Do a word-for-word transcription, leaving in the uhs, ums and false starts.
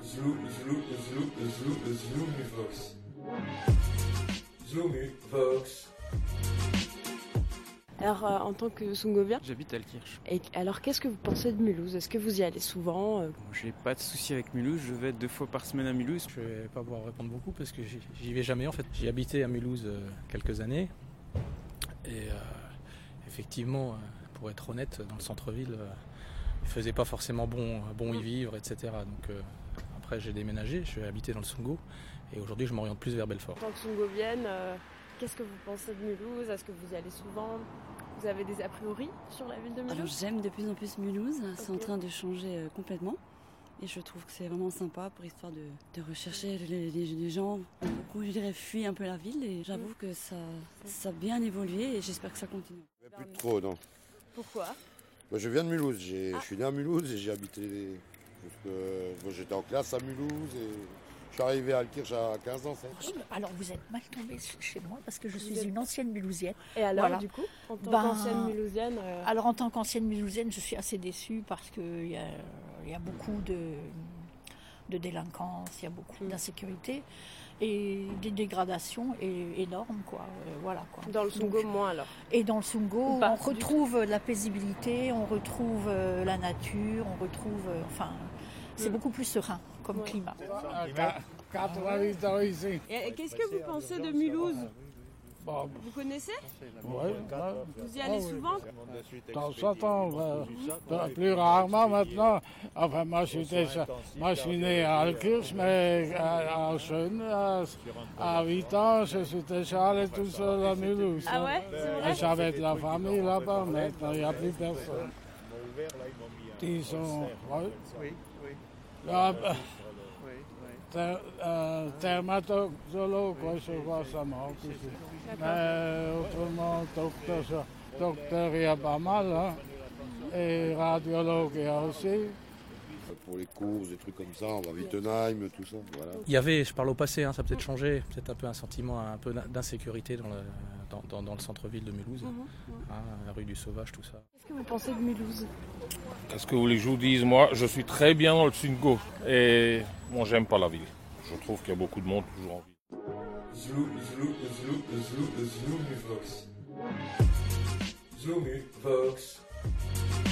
Zlou, Zlou, Zlou, Zlou, Zloumivox. Zloumivox. Alors, euh, en tant que Sungobien, j'habite à Alkirch. Et alors, qu'est-ce que vous pensez de Mulhouse? Est-ce que vous y allez souvent? J'ai pas de souci avec Mulhouse, je vais deux fois par semaine à Mulhouse. Je vais pas pouvoir répondre beaucoup parce que j'y, j'y vais jamais en fait. J'ai habité à Mulhouse euh, quelques années et euh, effectivement, euh, pour être honnête, dans le centre-ville, euh, il faisait pas forcément bon, bon y vivre, et cetera. Donc euh, après, j'ai déménagé, je suis habité dans le Sungo et aujourd'hui, je m'oriente plus vers Belfort. En tant que Sungovienne, euh, qu'est-ce que vous pensez de Mulhouse? Est-ce que vous y allez souvent? Vous avez des a priori sur la ville de Mulhouse? Alors j'aime de plus en plus Mulhouse, okay. C'est en train de changer euh, complètement. Et je trouve que c'est vraiment sympa pour histoire de, de rechercher les, les, les gens. Beaucoup, je dirais, fuient un peu la ville et j'avoue que ça, ça a bien évolué et j'espère que ça continue. Plus de trop, non. Pourquoi? Bah, je viens de Mulhouse, j'ai, ah. je suis né à Mulhouse et j'ai habité, jusque, bon, j'étais en classe à Mulhouse et je suis arrivé à Alkirch à quinze ans. Alors vous êtes mal tombé chez moi parce que je suis une ancienne Mulhousienne. Et alors voilà. Du coup, en tant ben, qu'ancienne Mulhousienne euh... Alors en tant qu'ancienne Mulhousienne, je suis assez déçue parce qu'il y a, y a beaucoup de, de délinquance, il y a beaucoup mmh. d'insécurité et des dégradations et, énormes. Quoi. Euh, voilà, quoi. Dans le Sungo, moins alors. Et dans le Sungo, on retrouve la paisibilité, on retrouve euh, la nature, on retrouve... Euh, enfin, c'est mmh. beaucoup plus serein comme ouais. climat. Et qu'est-ce que vous pensez de Mulhouse? Vous connaissez? Oui. Vous y allez souvent? De temps en temps, euh, plus rarement maintenant. Enfin, moi je suis, déjà, moi, je suis né à Alkirch, mais à, à Schön, à, à huit ans, je suis déjà allé tout seul à Mulhouse. Ah ouais? Et j'avais de la famille là-bas, maintenant il n'y a plus personne. Disons, oui. Là, Ter, euh, dermatologue, je vois ça manque ici. Mais autrement, docteur, docteur, il y a pas mal, hein. Et radiologue, il y a aussi. Pour les courses, des trucs comme ça, on va à Wittenheim, tout ça, voilà. Il y avait, je parle au passé, hein, ça a peut-être changé, peut-être un peu un sentiment un peu d'insécurité dans le, dans, dans, dans le centre-ville de Mulhouse, mm-hmm. hein, la rue du Sauvage, tout ça. Qu'est-ce que vous pensez de Mulhouse? Qu'est-ce que vous voulez que je vous dise? Moi, je suis très bien dans le Sungo et bon, j'aime pas la ville. Je trouve qu'il y a beaucoup de monde toujours en ville. Zlou, zlou, zlou, zlou, zloumivox. Zloumivox.